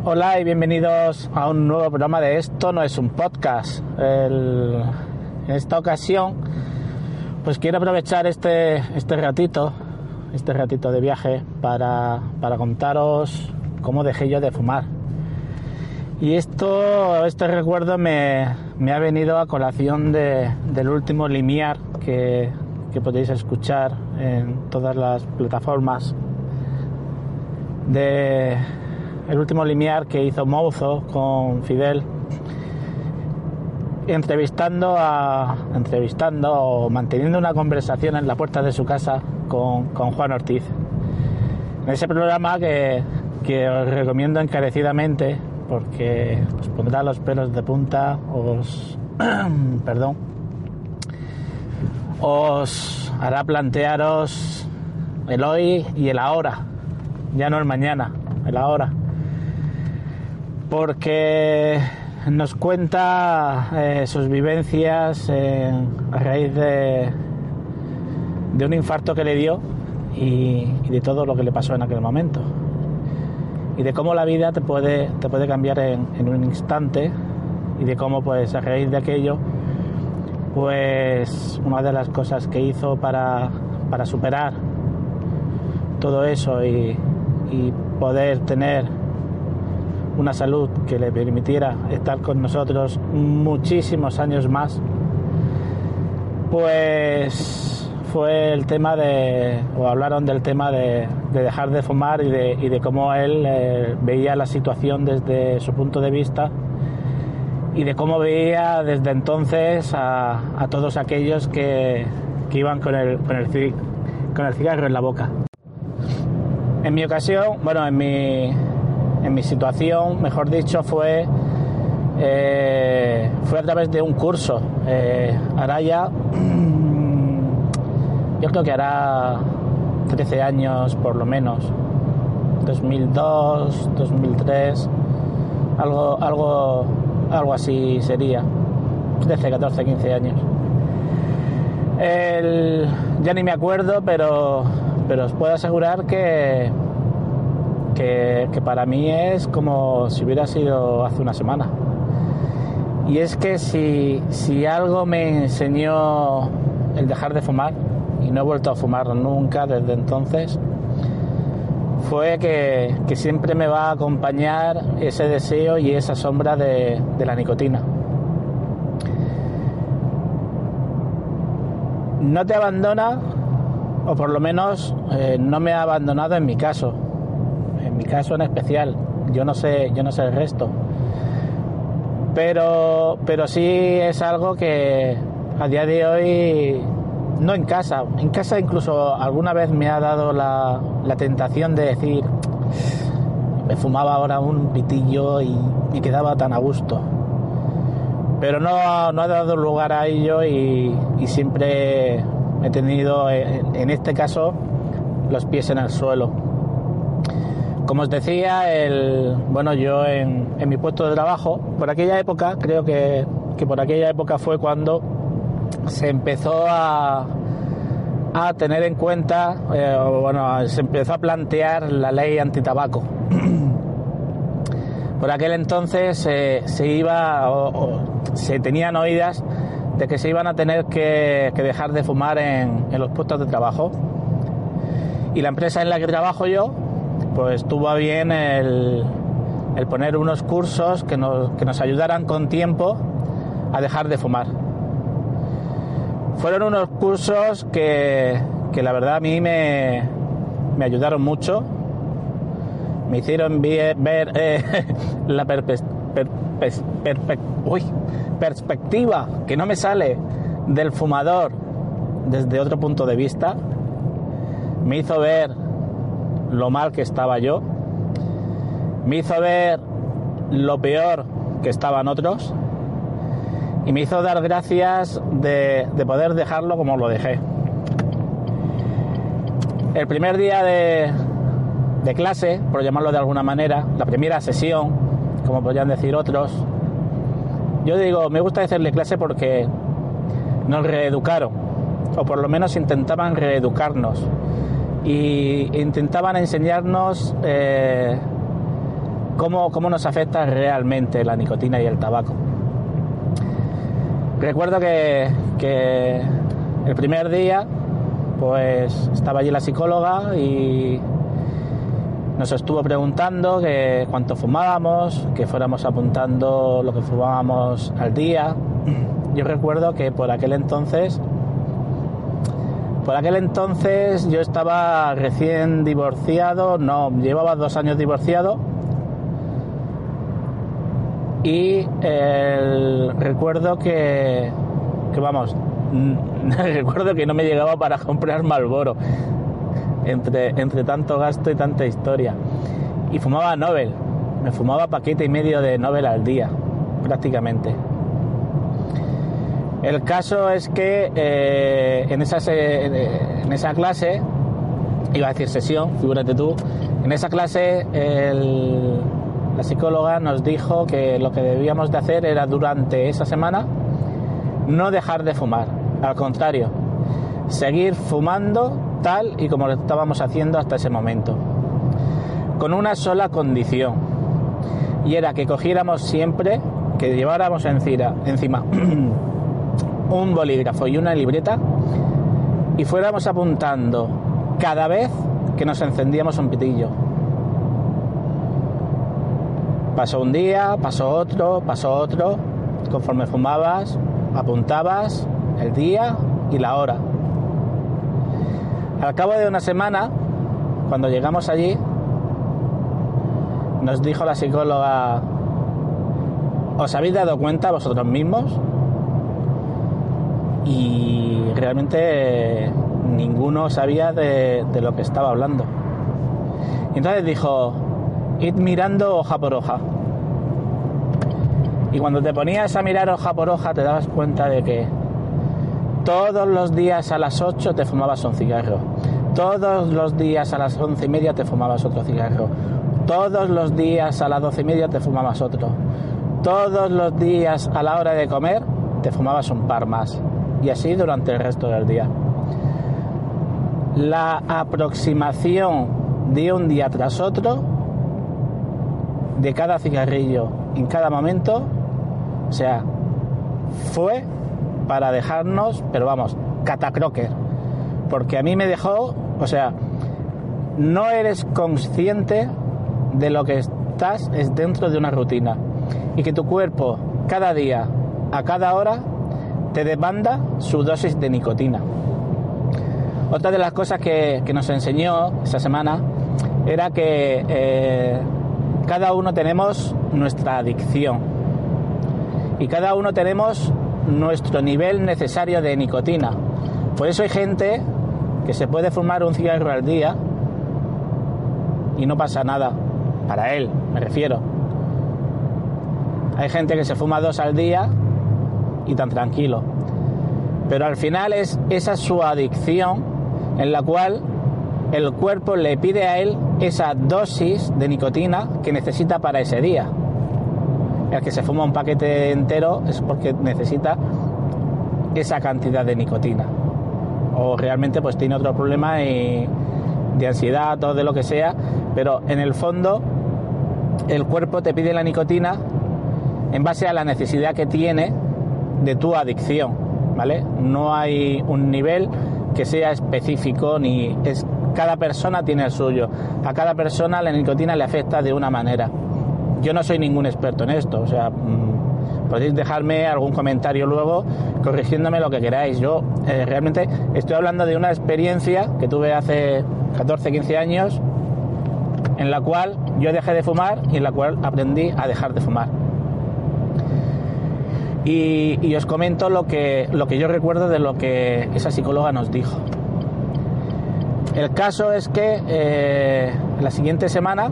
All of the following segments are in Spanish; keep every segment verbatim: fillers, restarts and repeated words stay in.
Hola y bienvenidos a un nuevo programa de Esto no es un podcast. El, en esta ocasión, pues quiero aprovechar este, este ratito, este ratito de viaje para, para contaros cómo dejé yo de fumar. Y esto, este recuerdo me, me ha venido a colación de, del último limiar que, que podéis escuchar en todas las plataformas de... El último limiar que hizo Mouzo con Fidel, entrevistando a entrevistando o manteniendo una conversación en la puerta de su casa con, con Juan Ortiz. En ese programa que, que os recomiendo encarecidamente porque os pondrá los pelos de punta, os perdón, os hará plantearos el hoy y el ahora, ya no el mañana, el ahora. Porque nos cuenta eh, sus vivencias eh, a raíz de, de un infarto que le dio y, y de todo lo que le pasó en aquel momento. Y de cómo la vida te puede, te puede cambiar en, en un instante y de cómo pues a raíz de aquello pues una de las cosas que hizo para, para superar todo eso y, y poder tener una salud que le permitiera estar con nosotros muchísimos años más, pues fue el tema de, o hablaron del tema de, de dejar de fumar y de, y de cómo él eh, veía la situación desde su punto de vista y de cómo veía desde entonces a, a todos aquellos que, que iban con el, con, el, con el cigarro en la boca. En mi ocasión, bueno, en mi... En mi situación, mejor dicho, fue eh, fue a través de un curso. Eh, hará ya, yo creo que hará trece años por lo menos, dos mil dos, dos mil tres, algo, algo, algo así sería, trece, catorce, quince años. El, ya ni me acuerdo, pero, pero os puedo asegurar que Que, que para mí es como si hubiera sido hace una semana. Y es que si, si algo me enseñó el dejar de fumar, y no he vuelto a fumar nunca desde entonces, fue que, que siempre me va a acompañar ese deseo y esa sombra de, de la nicotina. No te abandona, o por lo menos eh, no me ha abandonado en mi caso. En mi caso en especial, yo no sé, yo no sé el resto, pero, pero sí es algo que a día de hoy, no en casa, en casa incluso alguna vez me ha dado la, la tentación de decir, me fumaba ahora un pitillo y me quedaba tan a gusto, pero no, no ha dado lugar a ello y, y siempre he tenido, en, en este caso, los pies en el suelo. Como os decía, el, bueno, yo en, en mi puesto de trabajo, por aquella época, creo que, que por aquella época fue cuando se empezó a, a tener en cuenta, eh, bueno, se empezó a plantear la ley antitabaco. Por aquel entonces eh, se iba, o, o se tenían oídas de que se iban a tener que, que dejar de fumar en, en los puestos de trabajo. Y la empresa en la que trabajo yo, pues tuvo a bien el, el poner unos cursos que nos, que nos ayudaran con tiempo a dejar de fumar. Fueron unos cursos que, que la verdad a mí me, me ayudaron mucho, me hicieron ver, ver eh, la perpe, per, per, per, per, uy, perspectiva que no me sale del fumador desde otro punto de vista, me hizo ver lo mal que estaba yo, me hizo ver lo peor que estaban otros y me hizo dar gracias de, de poder dejarlo como lo dejé. El primer día de, de clase, por llamarlo de alguna manera, la primera sesión, como podrían decir otros, yo digo, me gusta decirle clase porque nos reeducaron, o por lo menos intentaban reeducarnos. Y intentaban enseñarnos eh, cómo, cómo nos afecta realmente la nicotina y el tabaco. Recuerdo que, que el primer día pues estaba allí la psicóloga y nos estuvo preguntando que cuánto fumábamos, que fuéramos apuntando lo que fumábamos al día. Yo recuerdo que por aquel entonces, por aquel entonces yo estaba recién divorciado, no, llevaba dos años divorciado y el, recuerdo que, que vamos, recuerdo que no me llegaba para comprar Marlboro. Entre, entre tanto gasto y tanta historia. Y fumaba Nobel. Me fumaba paquete y medio de Nobel al día, prácticamente. El caso es que eh, en, esa se, en esa clase, iba a decir sesión, figúrate tú, en esa clase el, la psicóloga nos dijo que lo que debíamos de hacer era durante esa semana no dejar de fumar. Al contrario, seguir fumando tal y como lo estábamos haciendo hasta ese momento, con una sola condición, y era que cogiéramos siempre, que lleváramos encima, encima un bolígrafo y una libreta y fuéramos apuntando cada vez que nos encendíamos un pitillo. Pasó un día, pasó otro, pasó otro, conforme fumabas, apuntabas el día y la hora. Al cabo de una semana, cuando llegamos allí, nos dijo la psicóloga: ¿os habéis dado cuenta vosotros mismos? Y realmente ninguno sabía de, de lo que estaba hablando. Y entonces dijo: id mirando hoja por hoja. Y cuando te ponías a mirar hoja por hoja te dabas cuenta de que todos los días a las ocho te fumabas un cigarro, todos los días a las once y media te fumabas otro cigarro, todos los días a las doce y media te fumabas otro, todos los días a la hora de comer te fumabas un par más, y así durante el resto del día. La aproximación de un día tras otro, de cada cigarrillo en cada momento, o sea, fue para dejarnos, pero vamos, catacroker, porque a mí me dejó, o sea, no eres consciente de lo que estás es dentro de una rutina y que tu cuerpo cada día, a cada hora, te demanda su dosis de nicotina. Otra de las cosas que, que nos enseñó esa semana era que eh, cada uno tenemos nuestra adicción y cada uno tenemos nuestro nivel necesario de nicotina. Por eso hay gente que se puede fumar un cigarro al día y no pasa nada, para él me refiero. Hay gente que se fuma dos al día y tan tranquilo, pero al final es esa su adicción en la cual el cuerpo le pide a él esa dosis de nicotina que necesita para ese día. El que se fuma un paquete entero es porque necesita esa cantidad de nicotina, o realmente pues tiene otro problema y, de ansiedad o de lo que sea, pero en el fondo el cuerpo te pide la nicotina en base a la necesidad que tiene de tu adicción, ¿vale? No hay un nivel que sea específico, ni es, cada persona tiene el suyo. A cada persona la nicotina le afecta de una manera. Yo no soy ningún experto en esto, o sea, mmm, podéis dejarme algún comentario luego corrigiéndome lo que queráis. Yo eh, realmente estoy hablando de una experiencia que tuve hace catorce, quince años, en la cual yo dejé de fumar y en la cual aprendí a dejar de fumar. Y, y os comento lo que, lo que yo recuerdo de lo que esa psicóloga nos dijo. El caso es que eh, la siguiente semana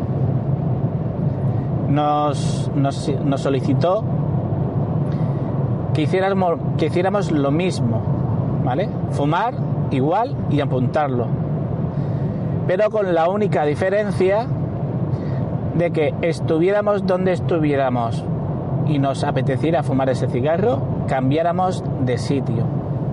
nos, nos, nos solicitó que hiciéramos, que hiciéramos lo mismo, ¿vale? Fumar igual y apuntarlo, pero con la única diferencia de que estuviéramos donde estuviéramos y nos apeteciera fumar ese cigarro, cambiáramos de sitio.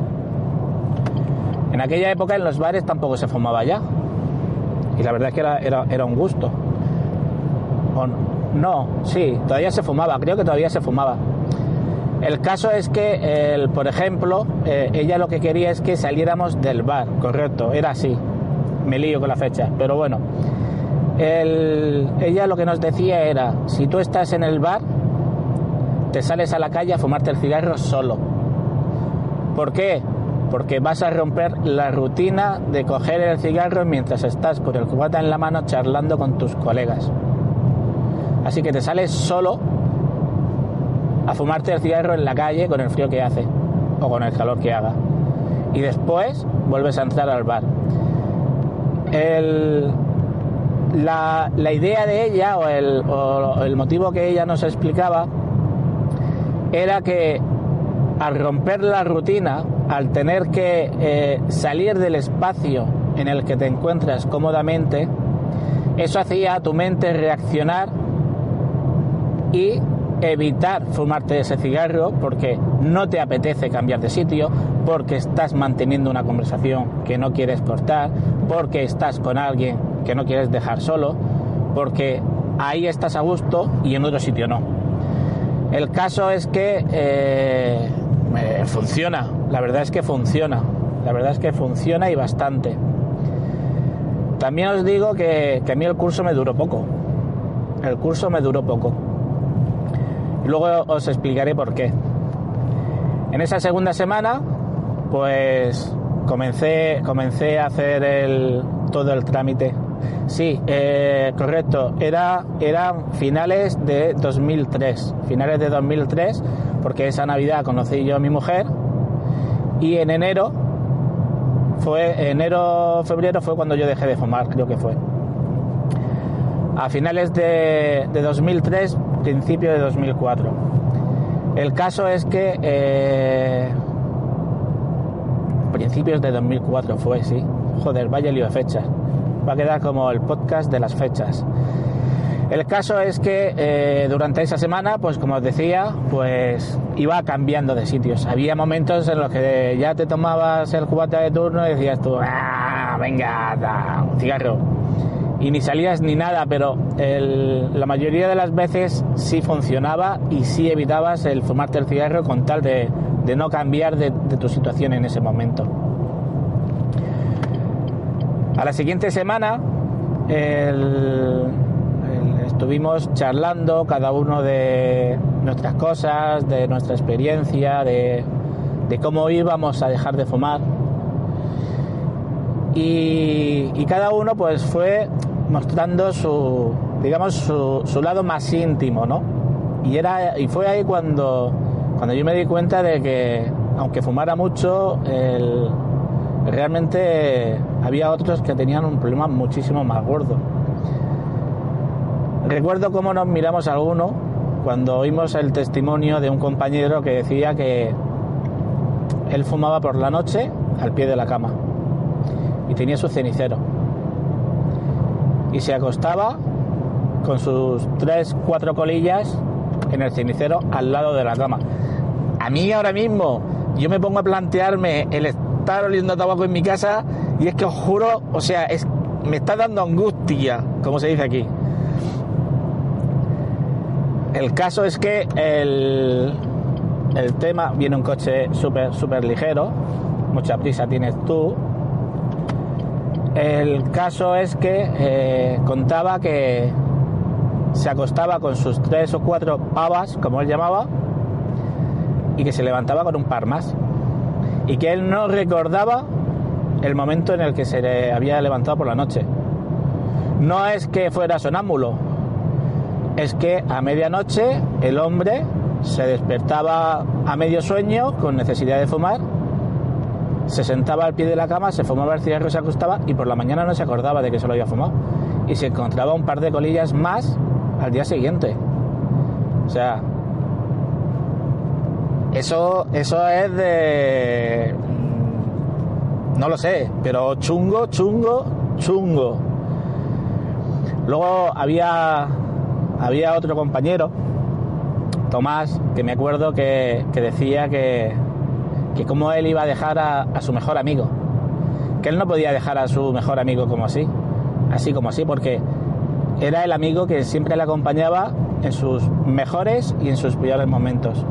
En aquella época en los bares tampoco se fumaba ya, y la verdad es que era, era, era un gusto. o no, no, sí, todavía se fumaba, creo que todavía se fumaba. El caso es que, el, por ejemplo, eh, ella lo que quería es que saliéramos del bar, correcto, era así, me lío con la fecha, pero bueno, el, ella lo que nos decía era, si tú estás en el bar, te sales a la calle a fumarte el cigarro solo. ¿Por qué? Porque vas a romper la rutina de coger el cigarro mientras estás con el cubata en la mano charlando con tus colegas. Así que te sales solo a fumarte el cigarro en la calle con el frío que hace o con el calor que haga. Y después vuelves a entrar al bar. El, la, la idea de ella o el, o el motivo que ella nos explicaba era que al romper la rutina, al tener que eh, salir del espacio en el que te encuentras cómodamente, eso hacía a tu mente reaccionar y evitar fumarte ese cigarro porque no te apetece cambiar de sitio, porque estás manteniendo una conversación que no quieres cortar, porque estás con alguien que no quieres dejar solo, porque ahí estás a gusto y en otro sitio no. El caso es que eh, eh, funciona, la verdad es que funciona, la verdad es que funciona y bastante. También os digo que, que a mí el curso me duró poco, el curso me duró poco. Luego os explicaré por qué. En esa segunda semana, pues comencé, comencé a hacer el, todo el trámite. Sí, eh, correcto, era, eran finales de dos mil tres, finales de dos mil tres, porque esa Navidad conocí yo a mi mujer y en enero, fue enero, febrero fue cuando yo dejé de fumar, creo que fue. A finales de, de dos mil tres, principio de dos mil cuatro. El caso es que eh, principios de dos mil cuatro fue, sí. Joder, vaya lío de fechas. Va a quedar como el podcast de las fechas. El caso es que eh, durante esa semana, pues como os decía, pues iba cambiando de sitios. Había momentos en los que ya te tomabas el cubata de turno y decías tú, ah, venga, da, un cigarro. Y ni salías ni nada, pero el, la mayoría de las veces sí funcionaba y sí evitabas el fumarte el cigarro con tal de, de no cambiar de, de tu situación en ese momento. A la siguiente semana el, el, estuvimos charlando cada uno de nuestras cosas, de nuestra experiencia, de, de cómo íbamos a dejar de fumar. Y, y cada uno pues fue mostrando su, digamos, su, su lado más íntimo, ¿no? Y era y fue ahí cuando, cuando yo me di cuenta de que, aunque fumara mucho, el, realmente había otros que tenían un problema muchísimo más gordo. Recuerdo cómo nos miramos alguno cuando oímos el testimonio de un compañero que decía que él fumaba por la noche al pie de la cama y tenía su cenicero y se acostaba con sus tres, cuatro colillas en el cenicero al lado de la cama. A mí ahora mismo yo me pongo a plantearme el estar oliendo tabaco en mi casa y es que os juro, o sea, es, me está dando angustia, como se dice aquí. El caso es que el, el tema, viene un coche súper súper ligero, mucha prisa tienes tú. El caso es que eh, contaba que se acostaba con sus tres o cuatro pavas, como él llamaba, y que se levantaba con un par más. Y que él no recordaba el momento en el que se le había levantado por la noche. No es que fuera sonámbulo, es que a medianoche el hombre se despertaba a medio sueño con necesidad de fumar, se sentaba al pie de la cama, se fumaba el cigarro, se acostaba y por la mañana no se acordaba de que se lo había fumado y se encontraba un par de colillas más al día siguiente. O sea, eso eso es de, no lo sé, pero chungo, chungo, chungo. Luego había había otro compañero, Tomás, que me acuerdo que, que decía que que cómo él iba a dejar a, a su mejor amigo, que él no podía dejar a su mejor amigo como así, así como así, porque era el amigo que siempre le acompañaba en sus mejores y en sus peores momentos.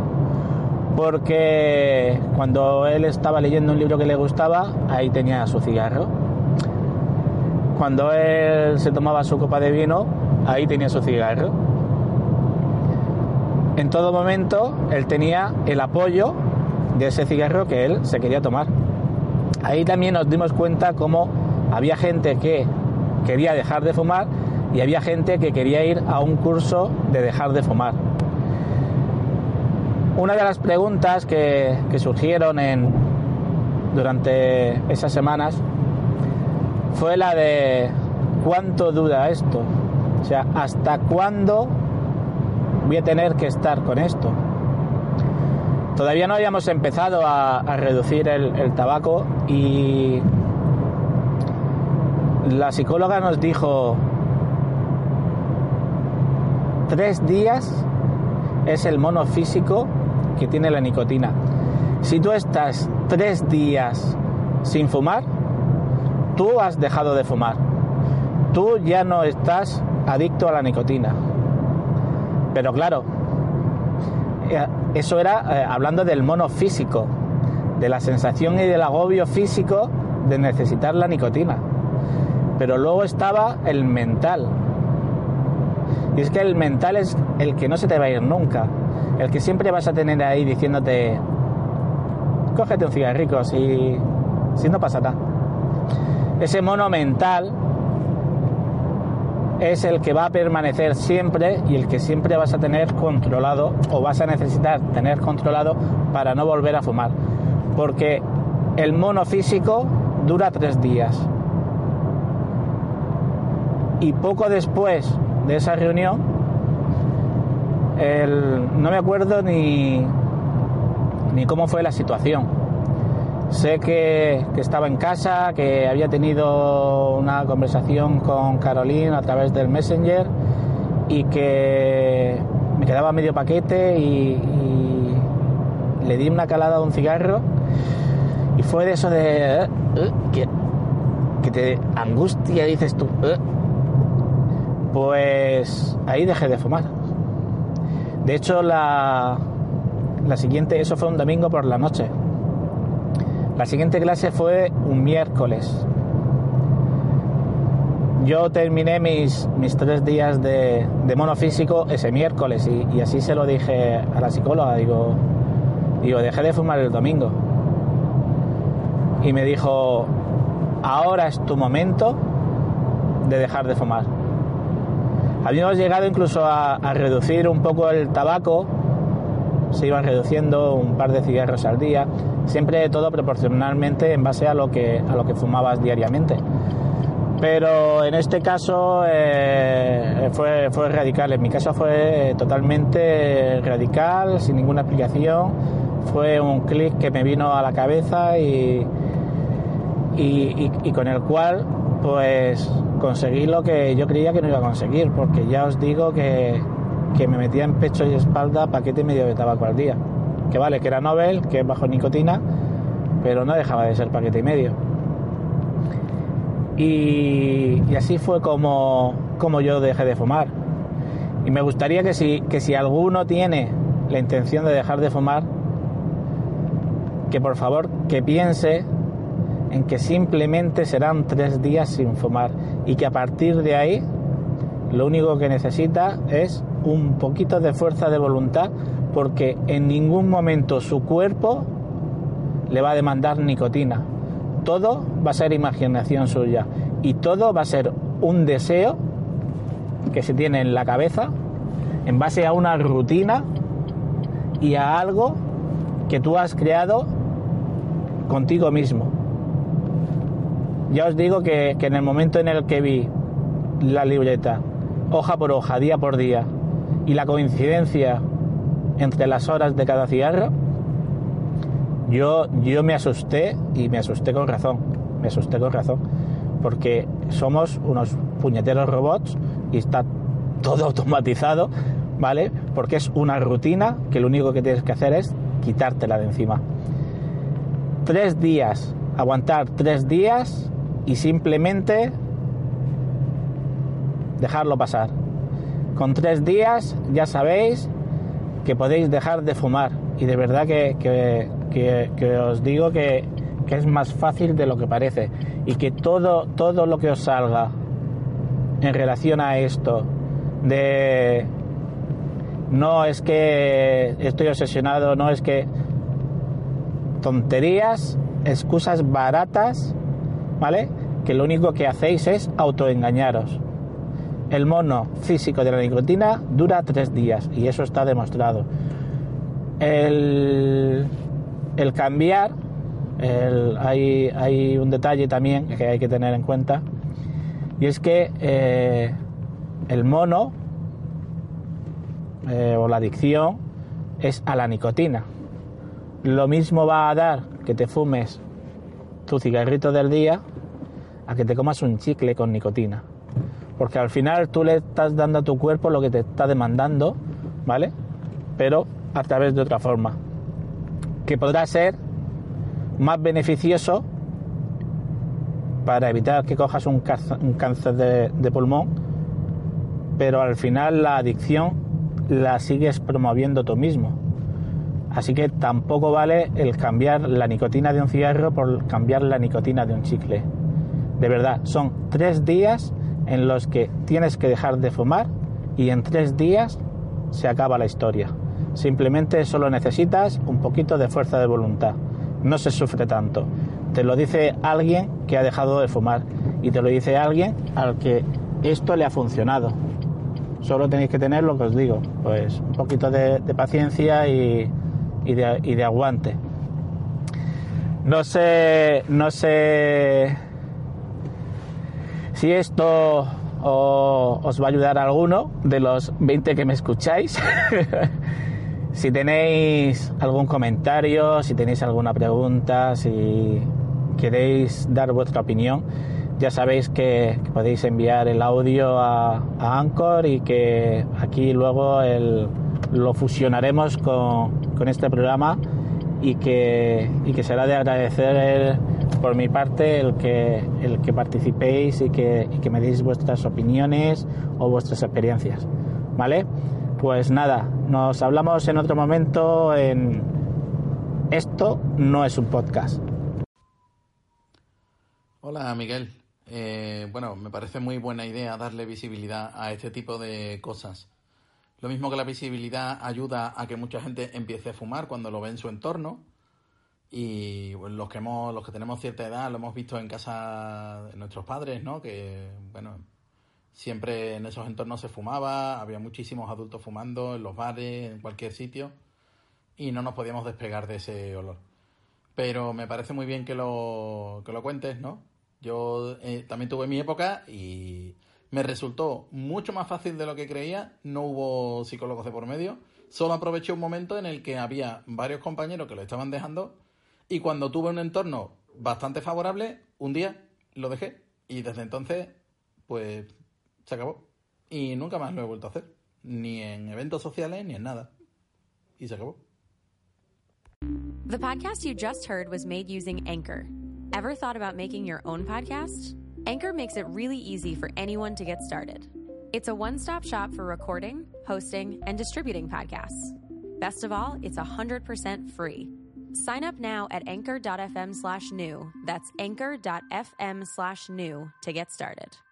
Porque cuando él estaba leyendo un libro que le gustaba, ahí tenía su cigarro. Cuando él se tomaba su copa de vino, ahí tenía su cigarro. En todo momento, él tenía el apoyo de ese cigarro que él se quería tomar. Ahí también nos dimos cuenta cómo había gente que quería dejar de fumar y había gente que quería ir a un curso de dejar de fumar. Una de las preguntas que, que surgieron en, durante esas semanas fue la de ¿cuánto dura esto? O sea, ¿hasta cuándo voy a tener que estar con esto? Todavía no habíamos empezado a, a reducir el, el tabaco y la psicóloga nos dijo: tres días es el mono físico que tiene la nicotina. Si tú estás tres días sin fumar, tú has dejado de fumar. Tú ya no estás adicto a la nicotina. Pero claro, eso era eh, hablando del mono físico, de la sensación y del agobio físico de necesitar la nicotina. Pero luego estaba el mental. Y es que el mental es el que no se te va a ir nunca. El que siempre vas a tener ahí diciéndote: cógete un cigarrico, si, si no pasa nada. Ese mono mental es el que va a permanecer siempre y el que siempre vas a tener controlado o vas a necesitar tener controlado para no volver a fumar. Porque el mono físico dura tres días. Y poco después de esa reunión, el, no me acuerdo ni, ni cómo fue la situación. Sé que, que estaba en casa, que había tenido una conversación con Carolina a través del Messenger y que me quedaba medio paquete y, y le di una calada de un cigarro y fue de eso de uh, uh, que, que te angustia, dices tú. Uh, pues ahí dejé de fumar. De hecho, la, la siguiente, eso fue un domingo por la noche. La siguiente clase fue un miércoles. Yo terminé mis, mis tres días de, de mono físico ese miércoles y, y así se lo dije a la psicóloga. Digo, digo, dejé de fumar el domingo. Y me dijo: ahora es tu momento de dejar de fumar. Habíamos llegado incluso a, a reducir un poco el tabaco. Se iban reduciendo un par de cigarros al día, siempre todo proporcionalmente en base a lo que, a lo que fumabas diariamente. Pero en este caso eh, fue, fue radical, en mi caso fue totalmente radical, sin ninguna explicación. Fue un clic que me vino a la cabeza y, y, y, y con el cual pues conseguí lo que yo creía que no iba a conseguir, porque ya os digo que, que me metía en pecho y espalda paquete y medio de tabaco al día. Que vale, que era Nobel, que es bajo nicotina, pero no dejaba de ser paquete y medio. Y, y así fue como, como yo dejé de fumar. Y me gustaría que si, que si alguno tiene la intención de dejar de fumar, que por favor que piense en que simplemente serán tres días sin fumar y que a partir de ahí lo único que necesita es un poquito de fuerza de voluntad, porque en ningún momento su cuerpo le va a demandar nicotina. Todo va a ser imaginación suya y todo va a ser un deseo que se tiene en la cabeza en base a una rutina y a algo que tú has creado contigo mismo. Ya os digo que, que en el momento en el que vi la libreta, hoja por hoja, día por día, y la coincidencia entre las horas de cada cigarro, yo, yo me asusté y me asusté con razón, me asusté con razón, porque somos unos puñeteros robots y está todo automatizado, ¿vale? Porque es una rutina que lo único que tienes que hacer es quitártela de encima. Tres días, aguantar tres días y simplemente dejarlo pasar. Con tres días ya sabéis que podéis dejar de fumar, y de verdad que, que, que, que os digo que, que es más fácil de lo que parece, y que todo, todo lo que os salga en relación a esto de no es que estoy obsesionado, no es que tonterías, excusas baratas, ¿vale? Que lo único que hacéis es autoengañaros. El mono físico de la nicotina dura tres días y eso está demostrado. El, el cambiar, el, hay, hay un detalle también que hay que tener en cuenta, y es que eh, el mono eh, o la adicción es a la nicotina. Lo mismo va a dar que te fumes tu cigarrito del día a que te comas un chicle con nicotina, porque al final tú le estás dando a tu cuerpo lo que te está demandando, ¿vale? Pero a través de otra forma, que podrá ser más beneficioso para evitar que cojas un cáncer, un cáncer de, de pulmón, pero al final la adicción la sigues promoviendo tú mismo. Así que tampoco vale el cambiar la nicotina de un cigarro por cambiar la nicotina de un chicle. De verdad, son tres días en los que tienes que dejar de fumar y en tres días se acaba la historia. Simplemente solo necesitas un poquito de fuerza de voluntad. No se sufre tanto. Te lo dice alguien que ha dejado de fumar y te lo dice alguien al que esto le ha funcionado. Solo tenéis que tener lo que os digo, pues un poquito de, de paciencia y, y, de, y de aguante. No sé, no sé si esto o, os va a ayudar a alguno de los veinte que me escucháis. Si tenéis algún comentario, si tenéis alguna pregunta, si queréis dar vuestra opinión, ya sabéis que, que podéis enviar el audio a, a Anchor y que aquí luego el, lo fusionaremos con, con este programa y que, y que será de agradecer el, por mi parte el que, el que participéis y que, y que me deis vuestras opiniones o vuestras experiencias, ¿vale? Pues nada, nos hablamos en otro momento en Esto no es un podcast. Hola Miguel, eh, bueno, me parece muy buena idea darle visibilidad a este tipo de cosas. Lo mismo que la visibilidad ayuda a que mucha gente empiece a fumar cuando lo ve en su entorno, y bueno, los que hemos, los que tenemos cierta edad lo hemos visto en casa de nuestros padres, ¿no? Que bueno, siempre en esos entornos se fumaba, había muchísimos adultos fumando en los bares, en cualquier sitio, y no nos podíamos despegar de ese olor. Pero me parece muy bien que lo, que lo cuentes, ¿no? Yo eh, también tuve mi época y me resultó mucho más fácil de lo que creía. No hubo psicólogos de por medio. Solo aproveché un momento en el que había varios compañeros que lo estaban dejando, y cuando tuve un entorno bastante favorable, un día lo dejé y desde entonces pues se acabó. Y nunca más lo he vuelto a hacer. Ni en eventos sociales ni en nada. Y se acabó. The podcast you just heard was made using Anchor. Ever thought about making your own podcast? Anchor makes it really easy for anyone to get started. It's a one-stop shop for recording, hosting, and distributing podcasts. Best of all, it's one hundred percent free. Sign up now at anchor.fm slash new. That's anchor.fm slash new to get started.